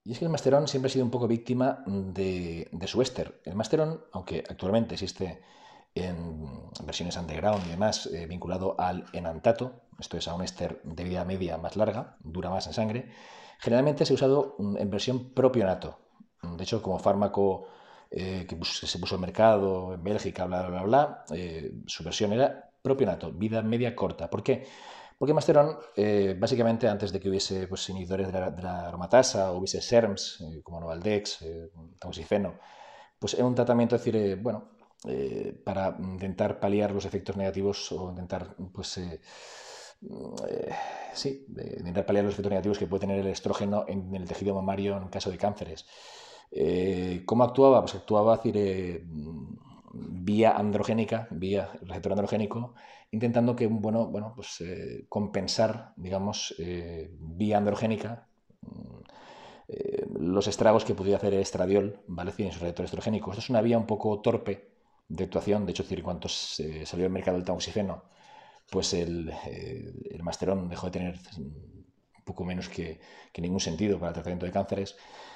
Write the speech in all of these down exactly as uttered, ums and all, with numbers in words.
Y es que el Masterón siempre ha sido un poco víctima de, de su éster. El Masterón, aunque actualmente existe en versiones underground y demás, eh, vinculado al enantato, esto es a un éster de vida media más larga, dura más en sangre, generalmente se ha usado mm, en versión propionato. De hecho, como fármaco eh, que, pues, se puso en mercado en Bélgica, bla, bla, bla, bla, eh, su versión era propionato, vida media corta. ¿Por qué? Porque Masteron, eh, básicamente, antes de que hubiese pues, inhibidores de la, de la aromatasa, o hubiese SERMs, eh, como Novaldex, eh, tamoxifeno, pues era un tratamiento, es decir, eh, bueno, eh, para intentar paliar los efectos negativos o intentar, pues, eh, eh, sí, eh, intentar paliar los efectos negativos que puede tener el estrógeno en el tejido mamario en caso de cánceres. Eh, ¿Cómo actuaba? Pues actuaba, es decir, eh, vía androgénica, vía receptor androgénico, intentando que, bueno, bueno pues eh, compensar, digamos, eh, vía androgénica eh, los estragos que podía hacer el estradiol, ¿vale? En su receptor estrogénico. Esto es una vía un poco torpe de actuación. De hecho, es decir, en cuanto se salió al mercado el tamoxifeno, pues el, eh, el Masterón dejó de tener un poco menos que, que ningún sentido para el tratamiento de cánceres.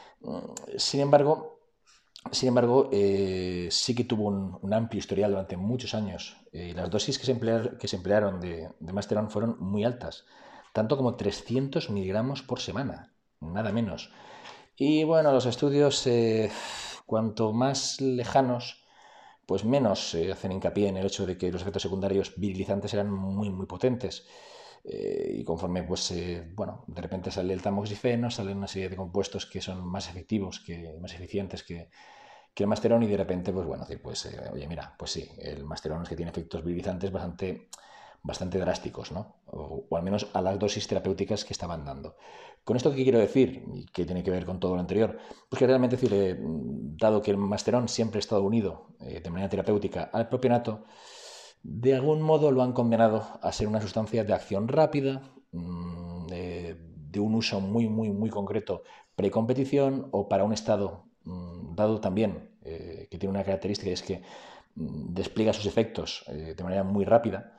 Sin embargo, sin embargo, eh, sí que tuvo un, un, amplio historial durante muchos años. Eh, las dosis que se, emplear, que se emplearon de, de Masteron fueron muy altas, tanto como trescientos miligramos por semana, nada menos. Y bueno, los estudios, eh, cuanto más lejanos, pues menos eh, hacen hincapié en el hecho de que los efectos secundarios virilizantes eran muy, muy potentes. Eh, y conforme, pues, eh, bueno, de repente sale el tamoxifeno, salen una serie de compuestos que son más efectivos, que, más eficientes que, que el Masterón, y de repente, pues bueno, pues, eh, oye, mira, pues sí, el Masterón es que tiene efectos virilizantes bastante, bastante drásticos, ¿no? O, o al menos a las dosis terapéuticas que estaban dando. ¿Con esto qué quiero decir? ¿Y qué tiene que ver con todo lo anterior? Pues que realmente, decir, eh, dado que el Masterón siempre ha estado unido eh, de manera terapéutica al propionato, de algún modo lo han condenado a ser una sustancia de acción rápida, mmm, de, de, un uso muy, muy, muy concreto precompetición o para un estado mmm, dado también, eh, que tiene una característica y es que mmm, despliega sus efectos eh, de manera muy rápida.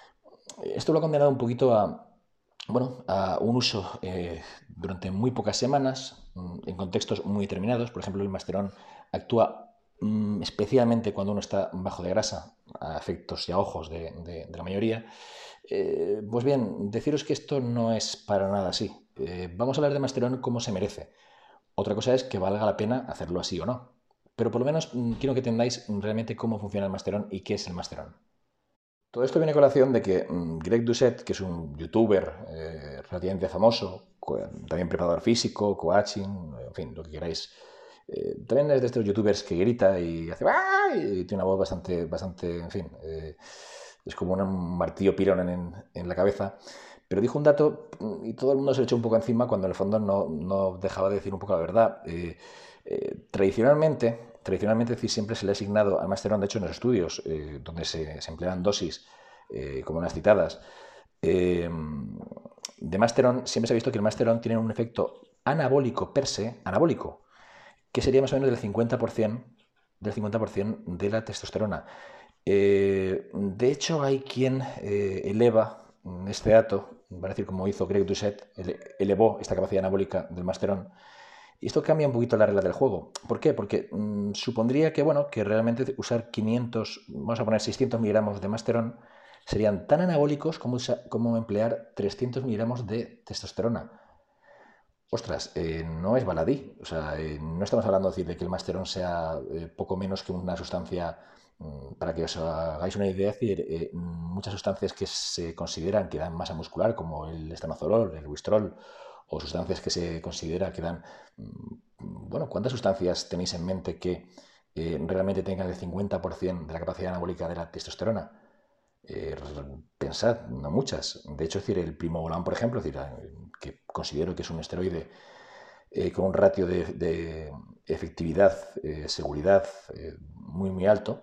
Esto lo ha condenado un poquito a, bueno, a un uso eh, durante muy pocas semanas, en contextos muy determinados. Por ejemplo, el Masterón actúa mmm, especialmente cuando uno está bajo de grasa, a efectos y a ojos de, de, de la mayoría. Eh, pues bien, deciros que esto no es para nada así. Eh, vamos a hablar de Masterón como se merece. Otra cosa es que valga la pena hacerlo así o no. Pero por lo menos mmm, quiero que entendáis realmente cómo funciona el Masterón y qué es el Masterón. Todo esto viene a colación de que mmm, Greg Doucette, que es un youtuber eh, relativamente famoso, también preparador físico, coaching, en fin, lo que queráis, eh, también es de estos youtubers que grita y hace ¡ah! Y tiene una voz bastante, bastante, en fin, eh, es como un martillo pirón en, en, la cabeza. Pero dijo un dato y todo el mundo se le echó un poco encima cuando en el fondo no, no dejaba de decir un poco la verdad. Eh, eh, tradicionalmente, tradicionalmente decir, siempre se le ha asignado al Masterón, de hecho en los estudios eh, donde se, se emplean dosis eh, como las citadas, eh, de Masterón, siempre se ha visto que el Masterón tiene un efecto anabólico per se, anabólico, que sería más o menos del cincuenta por ciento, del cincuenta por ciento de la testosterona. Eh, de hecho, hay quien eh, eleva este dato, va a decir como hizo Greg Doucette, ele elevó esta capacidad anabólica del Masterón. Y esto cambia un poquito la regla del juego. ¿Por qué? Porque mmm, supondría que, bueno, que realmente usar quinientos, vamos a poner seiscientos miligramos de Masterón, serían tan anabólicos como, como emplear trescientos miligramos de testosterona. Ostras, eh, no es baladí. O sea, eh, no estamos hablando de, decir, de que el Masterón sea eh, poco menos que una sustancia, mmm, para que os hagáis una idea, es decir, eh, muchas sustancias que se consideran que dan masa muscular, como el estanozolol, el Wistrol, o sustancias que se considera que dan... Bueno, ¿cuántas sustancias tenéis en mente que eh, realmente tengan el cincuenta por ciento de la capacidad anabólica de la testosterona? Eh, pensad, no muchas. De hecho, es decir, el primobolan, por ejemplo, es decir, que considero que es un esteroide eh, con un ratio de, de efectividad, eh, seguridad eh, muy, muy alto,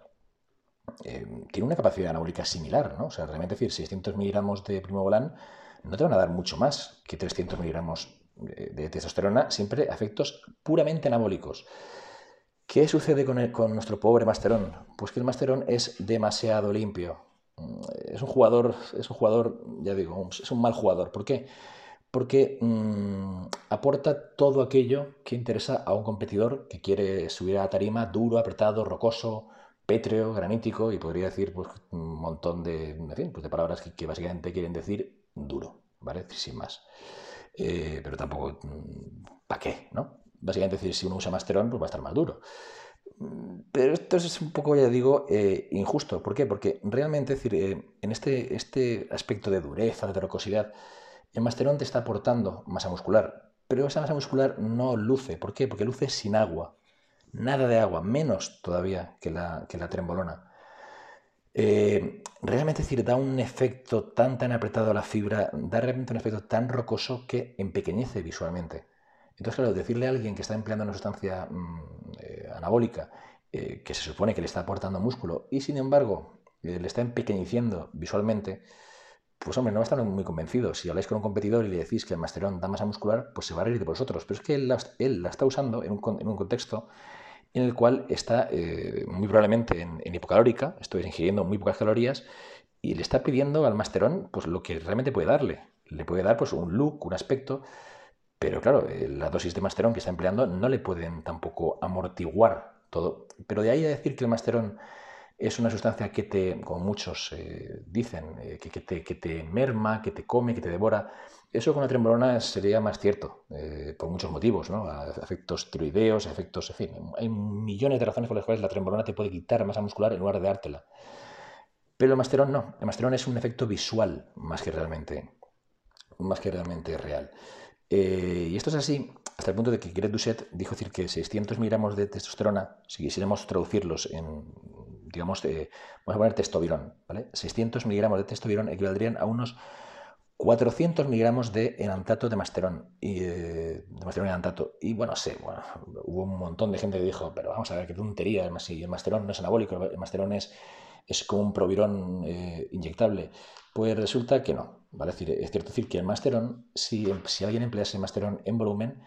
eh, tiene una capacidad anabólica similar, ¿no? O sea, realmente, es decir, seiscientos miligramos de primobolan no te van a dar mucho más que trescientos miligramos de testosterona, siempre a efectos puramente anabólicos. ¿Qué sucede con, el, con nuestro pobre Masterón? Pues que el Masterón es demasiado limpio. Es un jugador, es un jugador, ya digo, es un mal jugador. ¿Por qué? porque mmm, aporta todo aquello que interesa a un competidor que quiere subir a la tarima duro, apretado, rocoso, pétreo, granítico, y podría decir pues, un montón de, en fin, pues de palabras que, que básicamente quieren decir duro, ¿vale? Sin más. Eh, pero tampoco, ¿para qué? ¿No? Básicamente decir, si uno usa Masteron, pues va a estar más duro. Pero esto es un poco, ya digo, eh, injusto. ¿Por qué? Porque realmente, es decir, eh, en este, este aspecto de dureza, de rocosidad, el Masteron te está aportando masa muscular, pero esa masa muscular no luce. ¿Por qué? Porque luce sin agua. Nada de agua, menos todavía que la, que la trembolona. Eh, realmente, es decir, da un efecto tan tan apretado a la fibra, da realmente un efecto tan rocoso que empequeñece visualmente. Entonces, claro, decirle a alguien que está empleando una sustancia mmm, eh, anabólica, eh, que se supone que le está aportando músculo, y sin embargo eh, le está empequeñeciendo visualmente, pues hombre, no va a estar muy convencido. Si habláis con un competidor y le decís que el Masteron da masa muscular, pues se va a reír de vosotros. Pero es que él la, él la está usando en un, en un contexto en el cual está eh, muy probablemente en, en hipocalórica, estoy ingiriendo muy pocas calorías, y le está pidiendo al Masteron pues, lo que realmente puede darle. Le puede dar pues, un look, un aspecto, pero claro, eh, la dosis de Masteron que está empleando no le pueden tampoco amortiguar todo. Pero de ahí a decir que el Masteron es una sustancia que te, como muchos eh, dicen, eh, que, que, te, que te merma, que te come, que te devora. Eso con la trembolona sería más cierto, eh, por muchos motivos, ¿no? A efectos tiroideos, efectos, en fin, hay millones de razones por las cuales la trembolona te puede quitar masa muscular en lugar de dártela. Pero el Masteron no, el Masteron es un efecto visual más que realmente, más que realmente real. Eh, y esto es así hasta el punto de que Gret Doucet dijo decir que seiscientos miligramos de testosterona, si quisiéramos traducirlos en, digamos, eh, vamos a poner testovirón, ¿vale? seiscientos miligramos de testovirón equivaldrían a unos cuatrocientos miligramos de enantato de Masteron, y, eh, de Masteron enantato. Y bueno, sé, bueno, hubo un montón de gente que dijo, pero vamos a ver, qué tontería, si el Masteron no es anabólico, el Masteron es, es como un provirón eh, inyectable. Pues resulta que no, ¿vale? Es, decir, es cierto decir que el Masteron, si, si alguien emplease Masteron en volumen,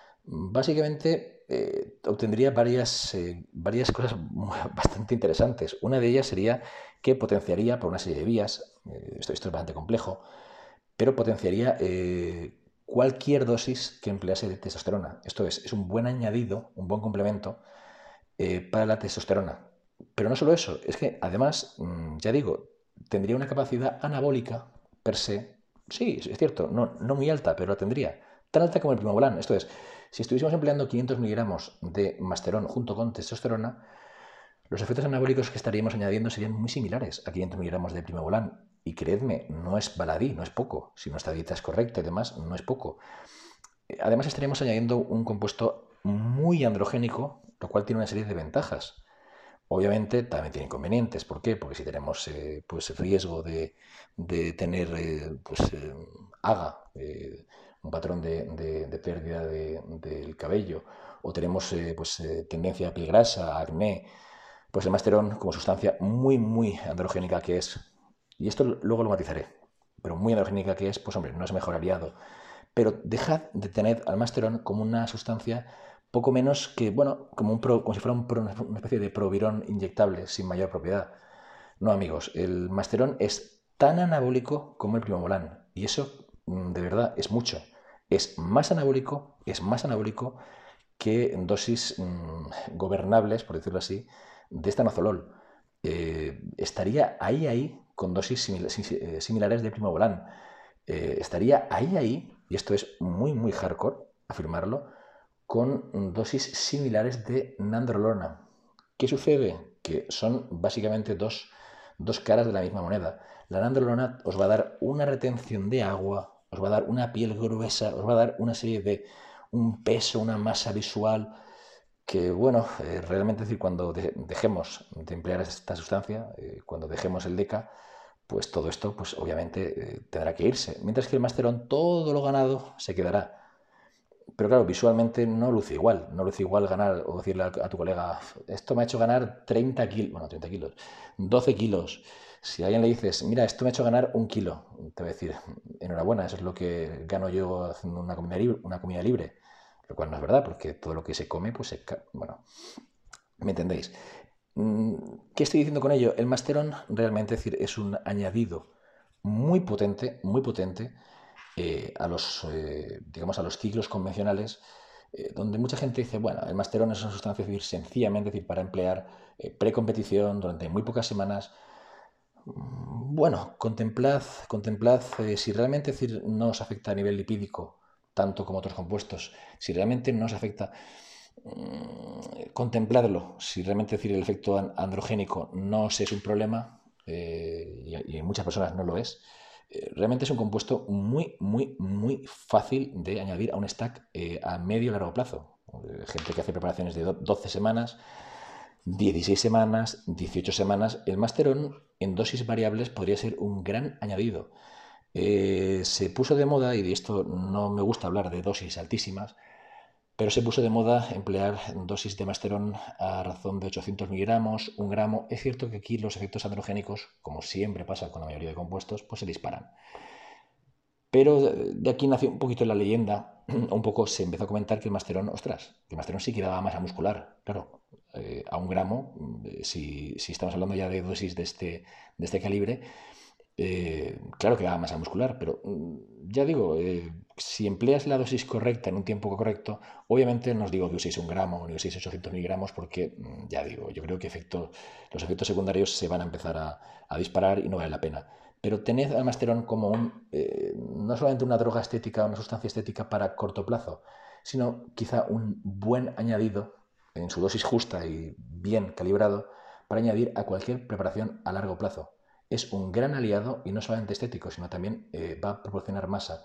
básicamente eh, obtendría varias, eh, varias cosas bastante interesantes. Una de ellas sería que potenciaría por una serie de vías, eh, esto, esto es bastante complejo, pero potenciaría eh, cualquier dosis que emplease de testosterona. Esto es, es un buen añadido, un buen complemento eh, para la testosterona. Pero no solo eso, es que además, mmm, ya digo, tendría una capacidad anabólica per se. Sí, es cierto, no, no muy alta, pero la tendría. Tan alta como el primobolan. Esto es, si estuviésemos empleando quinientos miligramos de Masteron junto con testosterona, los efectos anabólicos que estaríamos añadiendo serían muy similares a quinientos miligramos de primobolan. Y creedme, no es baladí, no es poco. Si nuestra dieta es correcta y demás, no es poco. Además, estaríamos añadiendo un compuesto muy androgénico, lo cual tiene una serie de ventajas. Obviamente también tiene inconvenientes. ¿Por qué? Porque si tenemos eh, pues, riesgo de, de tener eh, pues, eh, haga, eh, un patrón de, de, de pérdida de, del cabello, o tenemos eh, pues, eh, tendencia a piel grasa, acné, pues el Masteron como sustancia muy, muy androgénica que es, y esto luego lo matizaré, pero muy androgénica que es, pues hombre, no es mejor aliado. Pero dejad de tener al Masteron como una sustancia poco menos que, bueno, como, un pro, como si fuera un pro, una especie de provirón inyectable sin mayor propiedad. No, amigos, el Masteron es tan anabólico como el primobolan. Y eso, de verdad, es mucho. Es más anabólico, es más anabólico que en dosis mmm, gobernables, por decirlo así, de estanozolol. Eh, estaría ahí, ahí, con dosis simil similares de primobolan. Eh, estaría ahí, ahí, y esto es muy, muy hardcore, afirmarlo, con dosis similares de nandrolona. ¿Qué sucede? Que son básicamente dos, dos caras de la misma moneda. La nandrolona os va a dar una retención de agua, os va a dar una piel gruesa, os va a dar una serie de un peso, una masa visual que, bueno, eh, realmente es decir, cuando de dejemos de emplear esta sustancia, eh, cuando dejemos el DECA, pues todo esto, pues obviamente eh, tendrá que irse. Mientras que el Masteron, todo lo ganado se quedará. Pero claro, visualmente no luce igual. No luce igual ganar o decirle a, a tu colega, esto me ha hecho ganar treinta kilos, bueno, treinta kilos, doce kilos. Si a alguien le dices, mira, esto me ha hecho ganar un kilo, te va a decir, enhorabuena, eso es lo que gano yo haciendo una comida libre, una comida libre. Lo cual no es verdad, porque todo lo que se come, pues se... Bueno, ¿me entendéis? ¿Qué estoy diciendo con ello? El Masteron realmente es, decir, es un añadido muy potente, muy potente, eh, a los, eh, digamos, a los ciclos convencionales, eh, donde mucha gente dice, bueno, el masterón es una sustancia es decir, sencillamente es decir, para emplear eh, precompetición durante muy pocas semanas. Bueno, contemplad, contemplad eh, si realmente es decir, no os afecta a nivel lipídico, tanto como otros compuestos, si realmente no os afecta, mmm, contempladlo. Si realmente es decir, el efecto androgénico no os es un problema, eh, y, y en muchas personas no lo es, eh, realmente es un compuesto muy, muy, muy fácil de añadir a un stack eh, a medio y largo plazo. Eh, gente que hace preparaciones de doce semanas, dieciséis semanas, dieciocho semanas, el Masteron en dosis variables podría ser un gran añadido. Eh, se puso de moda, y de esto no me gusta hablar de dosis altísimas, pero se puso de moda emplear dosis de Masteron a razón de ochocientos miligramos, un gramo. Es cierto que aquí los efectos androgénicos, como siempre pasa con la mayoría de compuestos, pues se disparan. Pero de aquí nació un poquito la leyenda, un poco se empezó a comentar que el Masteron, ostras, que el Masteron sí que daba masa muscular. Claro, eh, a un gramo, eh, si, si, estamos hablando ya de dosis de este, de este calibre, eh, claro que daba masa muscular, pero mm, ya digo, eh, si empleas la dosis correcta en un tiempo correcto, obviamente no os digo que uséis un gramo ni uséis ochocientos miligramos porque, mm, ya digo, yo creo que efecto, los efectos secundarios se van a empezar a, a disparar y no vale la pena. Pero tened al Masteron como un, eh, no solamente una droga estética, una sustancia estética para corto plazo, sino quizá un buen añadido en su dosis justa y bien calibrado para añadir a cualquier preparación a largo plazo. Es un gran aliado y no solamente estético, sino también eh, va a proporcionar masa.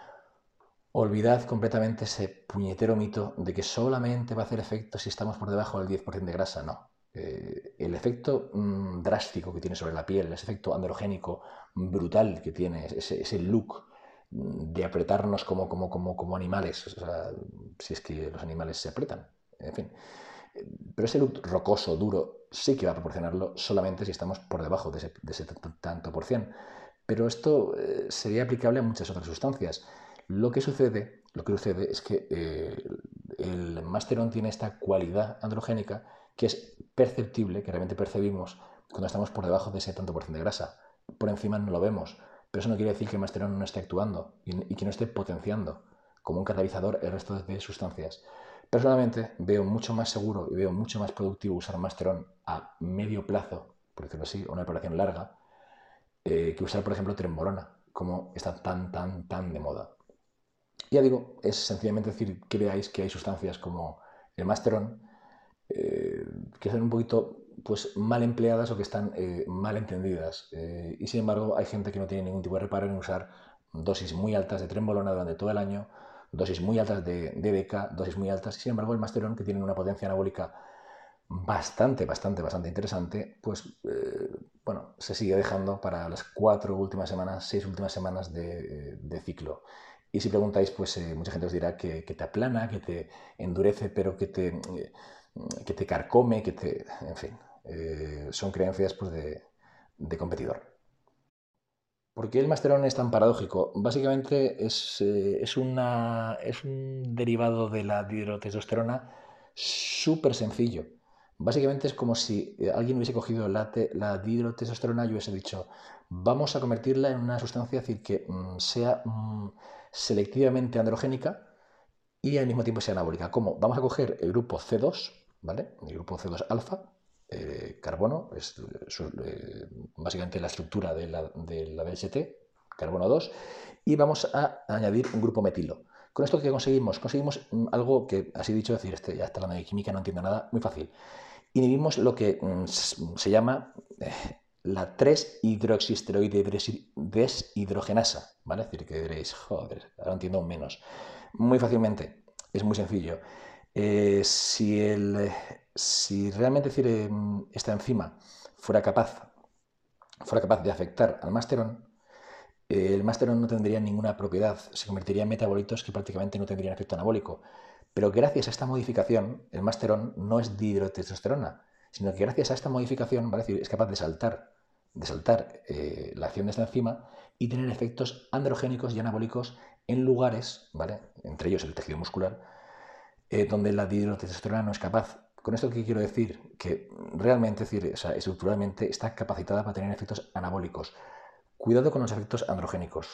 Olvidad completamente ese puñetero mito de que solamente va a hacer efecto si estamos por debajo del diez por ciento de grasa. No. Eh, el efecto mmm, drástico que tiene sobre la piel, ese efecto androgénico brutal que tiene, ese, ese look de apretarnos como, como, como, como animales, o sea, si es que los animales se apretan, en fin. Pero ese look rocoso, duro, sí que va a proporcionarlo solamente si estamos por debajo de ese, de ese tanto por cien. Pero esto eh, sería aplicable a muchas otras sustancias. Lo que sucede, lo que sucede es que eh, el Masteron tiene esta cualidad androgénica que es perceptible, que realmente percibimos cuando estamos por debajo de ese tanto por ciento de grasa. Por encima no lo vemos, pero eso no quiere decir que el Masteron no esté actuando y, y que no esté potenciando como un catalizador el resto de sustancias. Personalmente veo mucho más seguro y veo mucho más productivo usar Masteron a medio plazo, por decirlo así, una preparación larga, eh, que usar, por ejemplo, Trenbolona, como está tan, tan, tan de moda. Ya digo, es sencillamente decir que veáis que hay sustancias como el Masteron eh, que son un poquito pues, mal empleadas o que están eh, mal entendidas. Eh, y sin embargo, hay gente que no tiene ningún tipo de reparo en usar dosis muy altas de Trenbolona durante todo el año, dosis muy altas de D D K, dosis muy altas. Y sin embargo, el Masteron, que tiene una potencia anabólica bastante, bastante, bastante interesante, pues eh, bueno, se sigue dejando para las cuatro últimas semanas, seis últimas semanas de, de ciclo. Y si preguntáis, pues eh, mucha gente os dirá que, que, te aplana, que te endurece, pero que te, eh, que te carcome, que te... En fin, eh, son creencias pues, de, de competidor. ¿Por qué el Masteron es tan paradójico? Básicamente es, eh, es, una, es un derivado de la dihidrotestosterona súper sencillo. Básicamente es como si eh, alguien hubiese cogido la, te, la dihidrotestosterona y hubiese dicho, vamos a convertirla en una sustancia decir, que mm, sea mm, selectivamente androgénica y al mismo tiempo sea anabólica. ¿Cómo? Vamos a coger el grupo C dos, ¿vale? El grupo C dos alfa, eh, carbono, es su, eh, básicamente la estructura de la, de la D H T, carbono dos, y vamos a añadir un grupo metilo. ¿Con esto qué conseguimos? Conseguimos algo que, así dicho, decir, este, ya está hablando de química, no entiendo nada, muy fácil. Inhibimos lo que mm, se llama eh, la tres hidroxiesteroide deshidrogenasa, ¿vale? Es decir, que diréis, joder, ahora entiendo aún menos. Muy fácilmente, es muy sencillo. Eh, si, el, si realmente decir, eh, esta enzima fuera capaz, fuera capaz de afectar al Masteron, eh, el Masteron no tendría ninguna propiedad, se convertiría en metabolitos que prácticamente no tendrían efecto anabólico. Pero gracias a esta modificación, el Masteron no es dihidrotestosterona, sino que gracias a esta modificación, ¿vale? Es decir, es capaz de saltar, de saltar eh, la acción de esta enzima y tener efectos androgénicos y anabólicos en lugares, ¿vale? Entre ellos el tejido muscular, eh, donde la dihidrotestosterona no es capaz. ¿Con esto qué quiero decir? Que realmente, es decir, o sea, estructuralmente está capacitada para tener efectos anabólicos. Cuidado con los efectos androgénicos.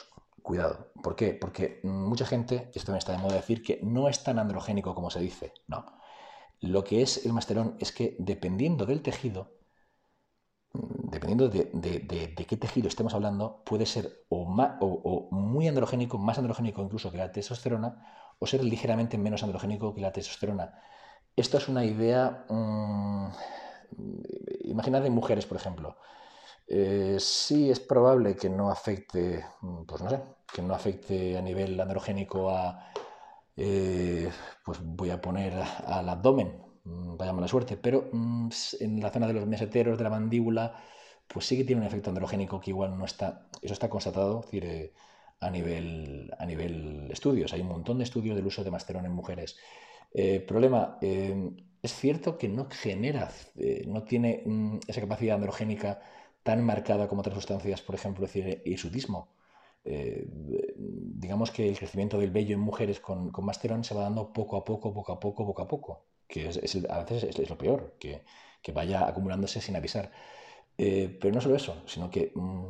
cuidado. ¿Por qué? Porque mucha gente, esto me está de moda decir, que no es tan androgénico como se dice. No. Lo que es el masterón es que dependiendo del tejido, dependiendo de, de, de, de qué tejido estemos hablando, puede ser o, ma, o, o muy androgénico, más androgénico incluso que la testosterona, o ser ligeramente menos androgénico que la testosterona. Esto es una idea, mmm, imaginad en mujeres, por ejemplo. Eh, sí es probable que no afecte, pues no sé, que no afecte a nivel androgénico a, eh, pues voy a poner al abdomen, vaya mala suerte, pero mm, en la zona de los meseteros, de la mandíbula, pues sí que tiene un efecto androgénico que igual no está, eso está constatado, es decir, eh, a nivel, a nivel estudios. Hay un montón de estudios del uso de masterón en mujeres. Eh, problema, eh, es cierto que no genera, eh, no tiene mm, esa capacidad androgénica tan marcada como otras sustancias, por ejemplo, decir, hirsutismo. Eh, digamos que el crecimiento del vello en mujeres con, con masterón se va dando poco a poco, poco a poco, poco a poco, que es, es, a veces es, es, lo peor, que, que vaya acumulándose sin avisar. Eh, pero no solo eso, sino que mmm,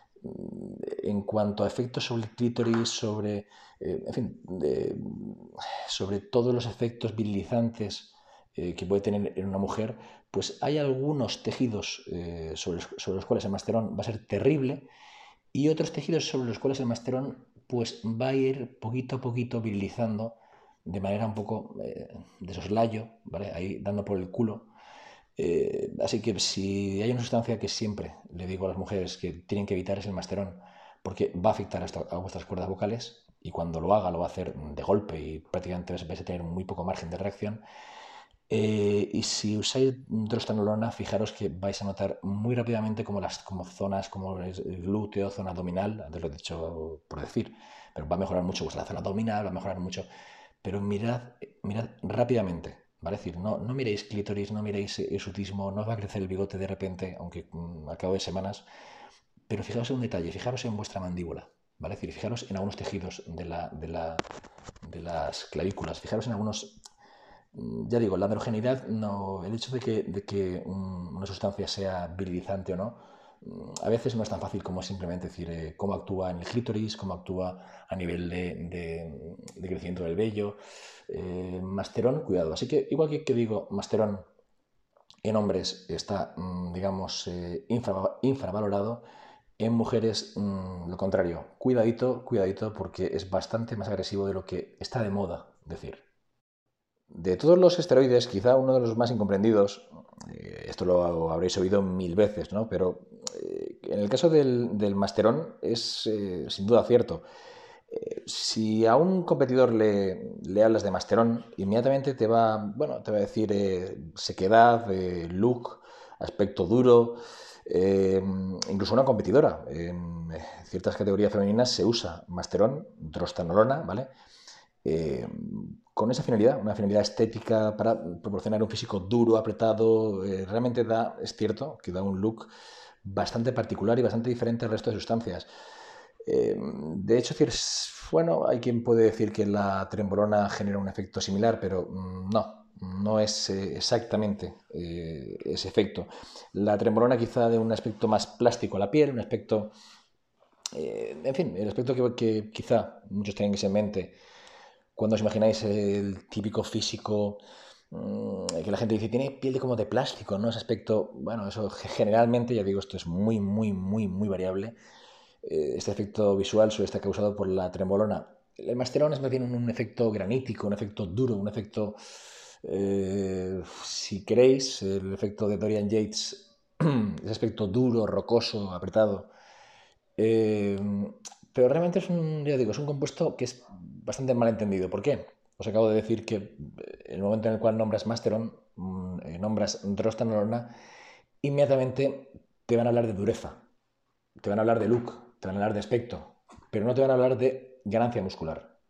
en cuanto a efectos sobre el clítoris, sobre, eh, en fin, de, sobre todos los efectos virilizantes eh, que puede tener en una mujer, pues hay algunos tejidos eh, sobre, los, sobre los cuales el masterón va a ser terrible y otros tejidos sobre los cuales el masterón pues va a ir poquito a poquito virilizando de manera un poco eh, de soslayo, ¿vale? Ahí dando por el culo. Eh, así que si hay una sustancia que siempre le digo a las mujeres que tienen que evitar es el masterón, porque va a afectar hasta a vuestras cuerdas vocales y cuando lo haga lo va a hacer de golpe y prácticamente vais a tener muy poco margen de reacción. Eh, y si usáis drostanolona, fijaros que vais a notar muy rápidamente como las como zonas como el glúteo, zona abdominal, antes lo he dicho por decir, pero va a mejorar mucho vuestra zona abdominal, va a mejorar mucho, pero mirad, mirad rápidamente, ¿vale? Es decir, no, no miréis clítoris, no miréis hirsutismo, no os va a crecer el bigote de repente, aunque mm, al cabo de semanas, pero fijaros en un detalle, fijaros en vuestra mandíbula, ¿vale? Es decir, fijaros en algunos tejidos de, la, de, la, de las clavículas, fijaros en algunos. Ya digo, la androgeneidad, no, el hecho de que, de que un, una sustancia sea virilizante o no, a veces no es tan fácil como simplemente decir eh, cómo actúa en el clítoris, cómo actúa a nivel de, de, de crecimiento del vello. Eh, masterón, cuidado. Así que, igual que, que digo, masterón en hombres está, digamos, eh, infra, infravalorado, en mujeres, mmm, lo contrario. Cuidadito, cuidadito, porque es bastante más agresivo de lo que está de moda decir. De todos los esteroides, quizá uno de los más incomprendidos, eh, esto lo habréis oído mil veces, ¿no? Pero eh, en el caso del, del masterón es eh, sin duda cierto. Eh, si a un competidor le, le, hablas de masterón, inmediatamente te va, bueno, te va a decir eh, sequedad, eh, look, aspecto duro, eh, incluso una competidora. En ciertas categorías femeninas se usa masterón, drostanolona, ¿vale? Eh, con esa finalidad, una finalidad estética para proporcionar un físico duro, apretado, eh, realmente da, es cierto, que da un look bastante particular y bastante diferente al resto de sustancias. Eh, de hecho, bueno, hay quien puede decir que la trembolona genera un efecto similar, pero mmm, no, no es eh, exactamente eh, ese efecto. La trembolona quizá de un aspecto más plástico a la piel, un aspecto, eh, en fin, el aspecto que, que quizá muchos tengan en mente cuando os imagináis el típico físico mmm, que la gente dice tiene piel de como de plástico, ¿no? Ese aspecto, bueno, eso generalmente, ya digo, esto es muy, muy, muy, muy variable. Eh, este efecto visual suele estar causado por la trembolona. El masterón es más bien un, un efecto granítico, un efecto duro, un efecto, eh, si queréis, el efecto de Dorian Yates, ese aspecto duro, rocoso, apretado. Eh, pero realmente es un, ya digo, es un compuesto que es bastante mal entendido. ¿Por qué? Os acabo de decir que en el momento en el cual nombras masterón, eh, nombras drostanolona, inmediatamente te van a hablar de dureza, te van a hablar de look, te van a hablar de aspecto, pero no te van a hablar de ganancia muscular.